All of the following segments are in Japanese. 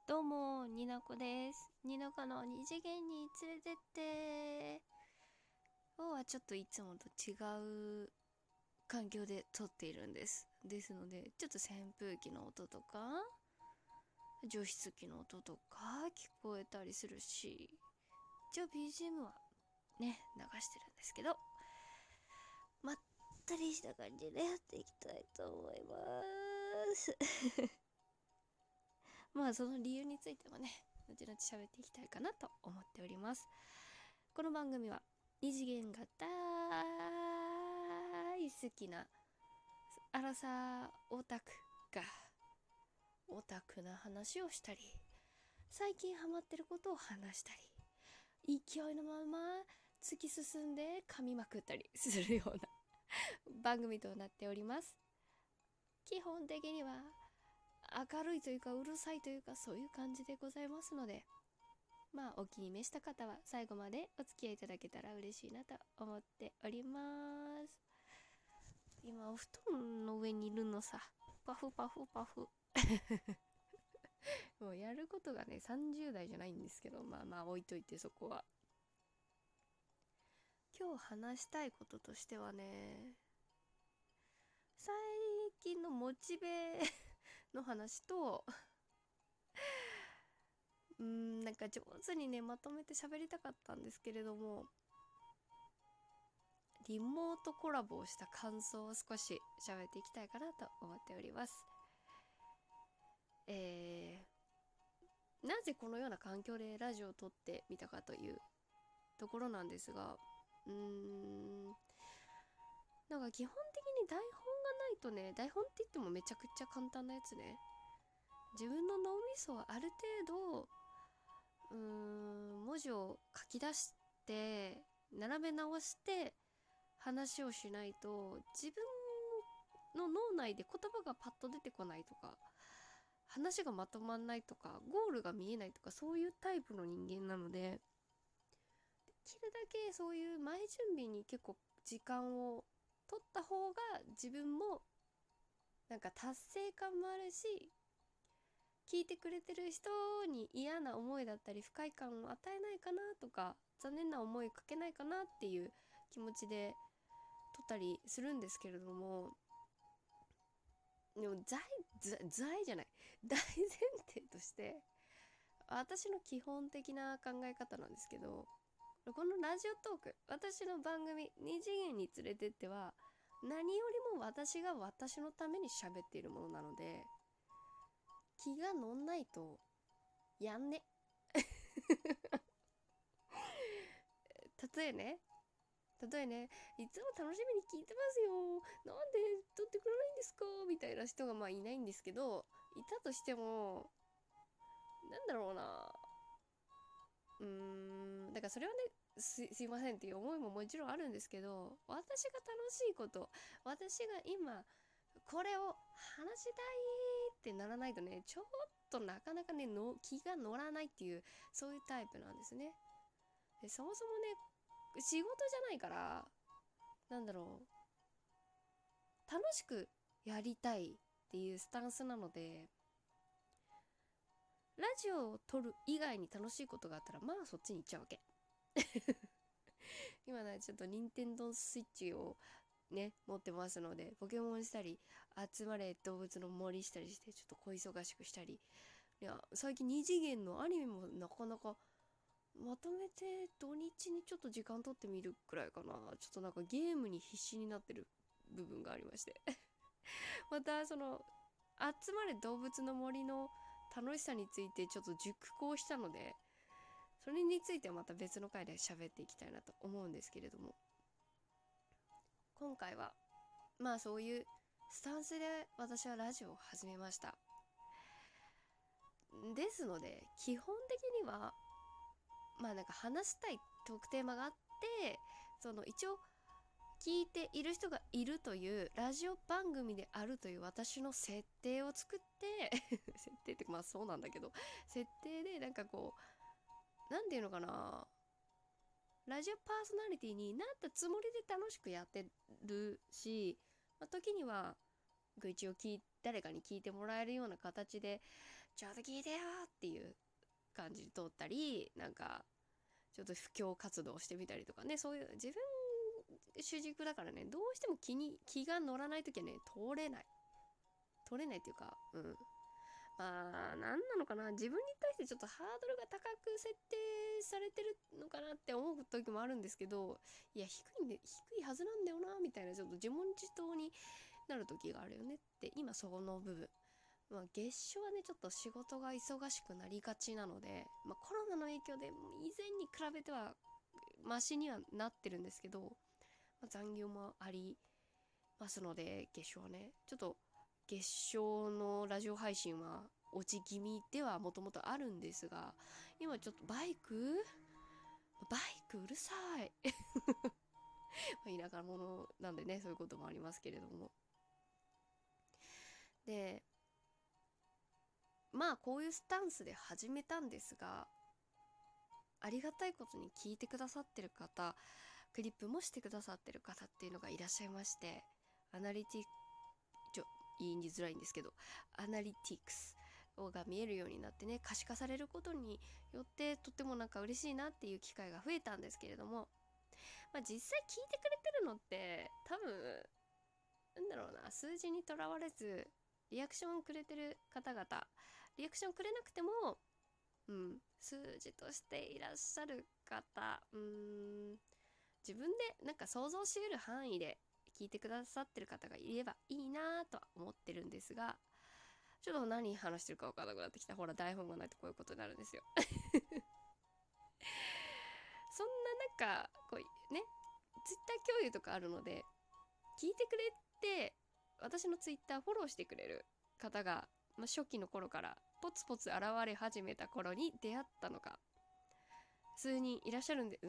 どうも、になこです。になこの二次元に連れてって。今日はちょっといつもと違う環境で撮っているんです。ですので、ちょっと扇風機の音とか、除湿機の音とか聞こえたりするし、一応 BGM はね、流してるんですけど、まったりした感じでやっていきたいと思います。まあその理由についてもね、後々喋っていきたいかなと思っております。この番組は二次元が大好きなアラサーオタクがオタクな話をしたり、最近ハマってることを話したり、勢いのまま突き進んで噛みまくったりするような番組となっております。基本的には明るいというかうるさいというかそういう感じでございますので、まあお気に召した方は最後までお付き合いいただけたら嬉しいなと思っております。今お布団の上にいるのさ。パフパフパフ。もうやることがね30代じゃないんですけど、まあまあ置いといて、そこは今日話したいこととしてはね、最近のモチベの話と、なんか上手にねまとめて喋りたかったんですけれども、リモートコラボをした感想を少し喋っていきたいかなと思っております。なぜこのような環境でラジオを撮ってみたかというところなんですが、なんか基本的に台本がないとね、台本って言ってもめちゃくちゃ簡単なやつね、自分の脳みそはある程度文字を書き出して並べ直して話をしないと、自分の脳内で言葉がパッと出てこないとか、話がまとまんないとか、ゴールが見えないとか、そういうタイプの人間なので、できるだけそういう前準備に結構時間を取った方が自分もなんか達成感もあるし、聞いてくれてる人に嫌な思いだったり不快感を与えないかなとか、残念な思いかけないかなっていう気持ちで撮ったりするんですけれども、でも財じゃない、大前提として私の基本的な考え方なんですけど、このラジオトーク、私の番組二次元に連れてっては何よりも私が私のために喋っているものなので、気が乗んないとやんね。例えね、いつも楽しみに聞いてますよ、なんで撮ってくれないんですかみたいな人がまあいないんですけど、いたとしても、なんだろうな、だからそれはね、すいませんっていう思いももちろんあるんですけど、私が楽しいこと、私が今これを話したいってならないとね、ちょっとなかなかねの気が乗らないっていう、そういうタイプなんですね。でそもそもね、仕事じゃないから、なんだろう、楽しくやりたいっていうスタンスなので、ラジオを撮る以外に楽しいことがあったらまあそっちに行っちゃうわけ。今ねちょっと任天堂スイッチをね持ってますので、ポケモンしたり集まれ動物の森したりして、ちょっと小忙しくしたり、いや最近二次元のアニメもなかなかまとめて土日にちょっと時間取ってみるくらいかな。ちょっとなんかゲームに必死になってる部分がありましてまたその集まれ動物の森の楽しさについてちょっと熟考したので、それについてはまた別の回で喋っていきたいなと思うんですけれども、今回はまあそういうスタンスで私はラジオを始めました。ですので基本的にはまあなんか話したいトークテーマがあって、その一応聞いている人がいるというラジオ番組であるという私の設定を作って設定ってまあそうなんだけど、設定でなんかこう、なんていうのかな、ラジオパーソナリティになったつもりで楽しくやってるし、まあ、時には愚痴を誰かに聞いてもらえるような形でちょっと聞いてよっていう感じで通ったり、なんかちょっと布教活動をしてみたりとかね、そういう自分主軸だからね、どうしても気が乗らないときはね、通れないっていうか、まあ、なんなのかな、自分に対してちょっとハードルが高く設定されてるのかなって思う時もあるんですけど、いや、低いはずなんだよな、みたいな、ちょっと自問自答になる時があるよねって、今その部分。まあ、月初はね、ちょっと仕事が忙しくなりがちなので、まあ、コロナの影響で以前に比べては、マシにはなってるんですけど、まあ、残業もありますので、月初はね、ちょっと月初のラジオ配信は落ち気味ではもともとあるんですが、今ちょっとバイクうるさいまあ田舎者なんでね、そういうこともありますけれども。で、まあこういうスタンスで始めたんですが、ありがたいことに聞いてくださってる方、クリップもしてくださってる方っていうのがいらっしゃいまして、アナリティ言いづらいんですけど、アナリティクスが見えるようになってね、可視化されることによってとってもなんか嬉しいなっていう機会が増えたんですけれども、まあ、実際聞いてくれてるのって多分なんだろうな、数字にとらわれずリアクションくれてる方々、リアクションくれなくても数字としていらっしゃる方、自分でなんか想像しうる範囲で聞いてくださってる方がいればいいなとは思ってるんですが、ちょっと何話してるか分からなくなってきた。ほら、台本がないとこういうことになるんですよそんな中こうね、ツイッター共有とかあるので、聞いてくれて私のツイッターフォローしてくれる方が、初期の頃からポツポツ現れ始めた頃に出会ったのが数人いらっしゃるんで、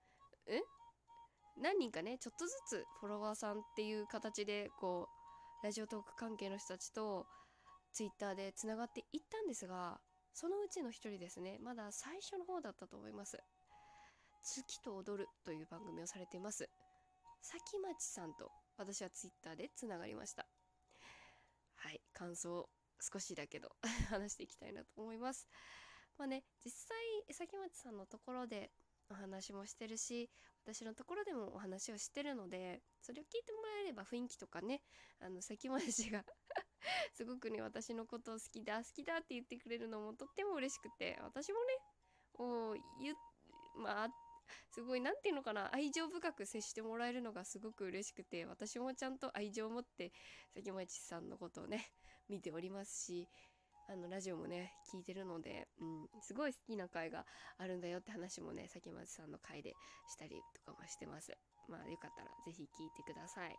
何人かね、ちょっとずつフォロワーさんっていう形でこうラジオトーク関係の人たちとツイッターでつながっていったんですが、そのうちの一人ですね、まだ最初の方だったと思います。月と踊るという番組をされています崎町さんと私はツイッターでつながりました。はい、感想を少しだけど話していきたいなと思います。まあね、実際崎町さんのところでお話もしてるし、私のところでもお話をしてるので、それを聞いてもらえれば雰囲気とかね、崎町がすごくね、私のことを好きだって言ってくれるのもとっても嬉しくて、私もね、まあすごい、なんていうのかな、愛情深く接してもらえるのがすごく嬉しくて、私もちゃんと愛情を持って関町さんのことをね見ておりますし、ラジオもね聞いてるので、すごい好きな回があるんだよって話もね、関町さんの回でしたりとかもしてます。まあよかったらぜひ聞いてください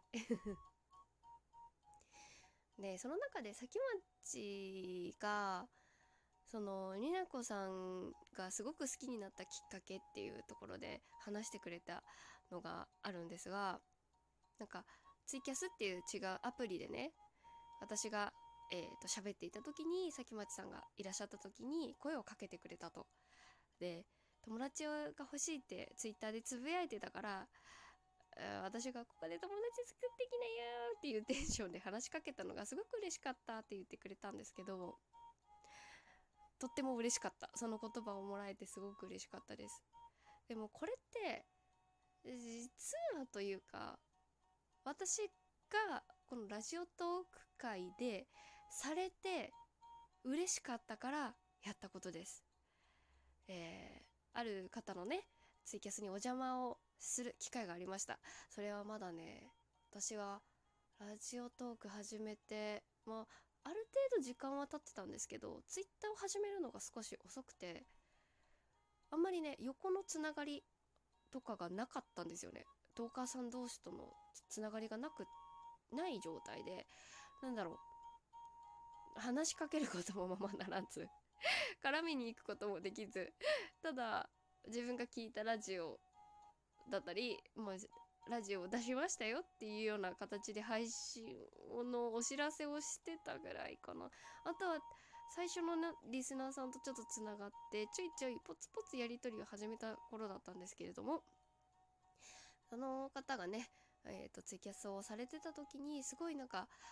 で、その中で崎町がそのになこさんがすごく好きになったきっかけっていうところで話してくれたのがあるんですが、なんかツイキャスっていう違うアプリでね、私が喋っていた時に崎町さんがいらっしゃった時に声をかけてくれたと。で、友達が欲しいってツイッターでつぶやいてたから、私がここで友達作ってきなよっていうテンションで話しかけたのがすごく嬉しかったって言ってくれたんですけど、とっても嬉しかった。その言葉をもらえてすごく嬉しかったです。でもこれって実はというか、私がこのラジオトーク界でされて嬉しかったからやったことです。ある方のねツイキャスにお邪魔をする機会がありました。それはまだね、私はラジオトーク始めて、ある程度時間は経ってたんですけど、ツイッターを始めるのが少し遅くて、あんまりね横のつながりとかがなかったんですよね。トーカーさん同士とのつながりがない状態で、なんだろう、話しかけることもままならず絡みに行くこともできず、ただ自分が聞いたラジオだったり、ラジオを出しましたよっていうような形で配信のお知らせをしてたぐらいかな。あとは最初のリスナーさんとちょっとつながってちょいちょいポツポツやり取りを始めた頃だったんですけれども、その方がね、ツイキャスをされてた時にすごいなんか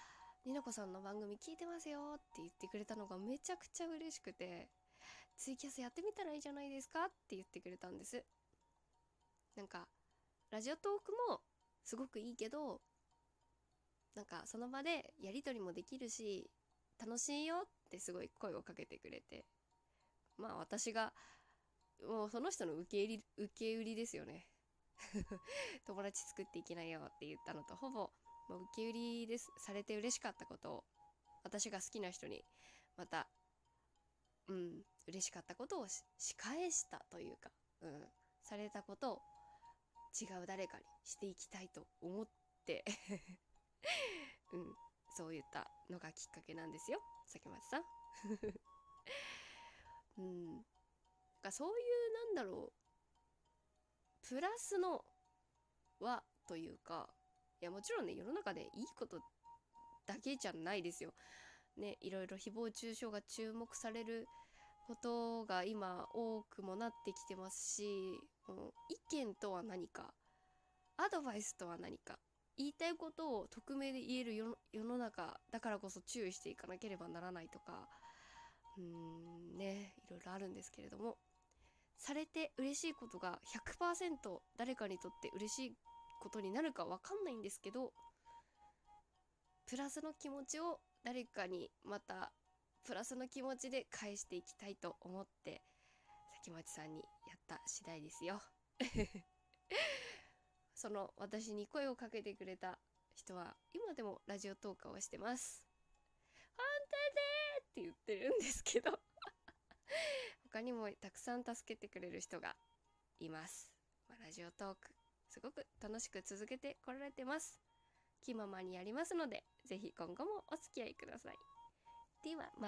になこさんの番組聞いてますよって言ってくれたのがめちゃくちゃ嬉しくて、ツイキャスやってみたらいいじゃないですかって言ってくれたんです。なんかラジオトークもすごくいいけど、なんかその場でやり取りもできるし楽しいよってすごい声をかけてくれて、まあ私がもうその人の受け売りですよね。友達作っていきなよって言ったのとほぼもう受け売りです。されて嬉しかったことを、私が好きな人にまた嬉しかったことを仕返したというか、されたことを違う誰かにしていきたいと思ってそういったのがきっかけなんですよ、崎町さん。そういうなんだろう、プラスの輪というか、いやもちろんね世の中でいいことだけじゃないですよね。いろいろ誹謗中傷が注目されることが今多くもなってきてますし、意見とは何か、アドバイスとは何か、言いたいことを匿名で言える世の中だからこそ注意していかなければならないとか、ね、いろいろあるんですけれども、されて嬉しいことが 100% 誰かにとって嬉しいことになるか分かんないんですけど、プラスの気持ちを誰かにまたプラスの気持ちで返していきたいと思って崎町さんにやった次第ですよ。その私に声をかけてくれた人は今でもラジオトークをしてます。本当でーって言ってるんですけど他にもたくさん助けてくれる人がいます。ラジオトークすごく楽しく続けてこられてます。気ままにやりますので、ぜひ今後もお付き合いください。ではまた。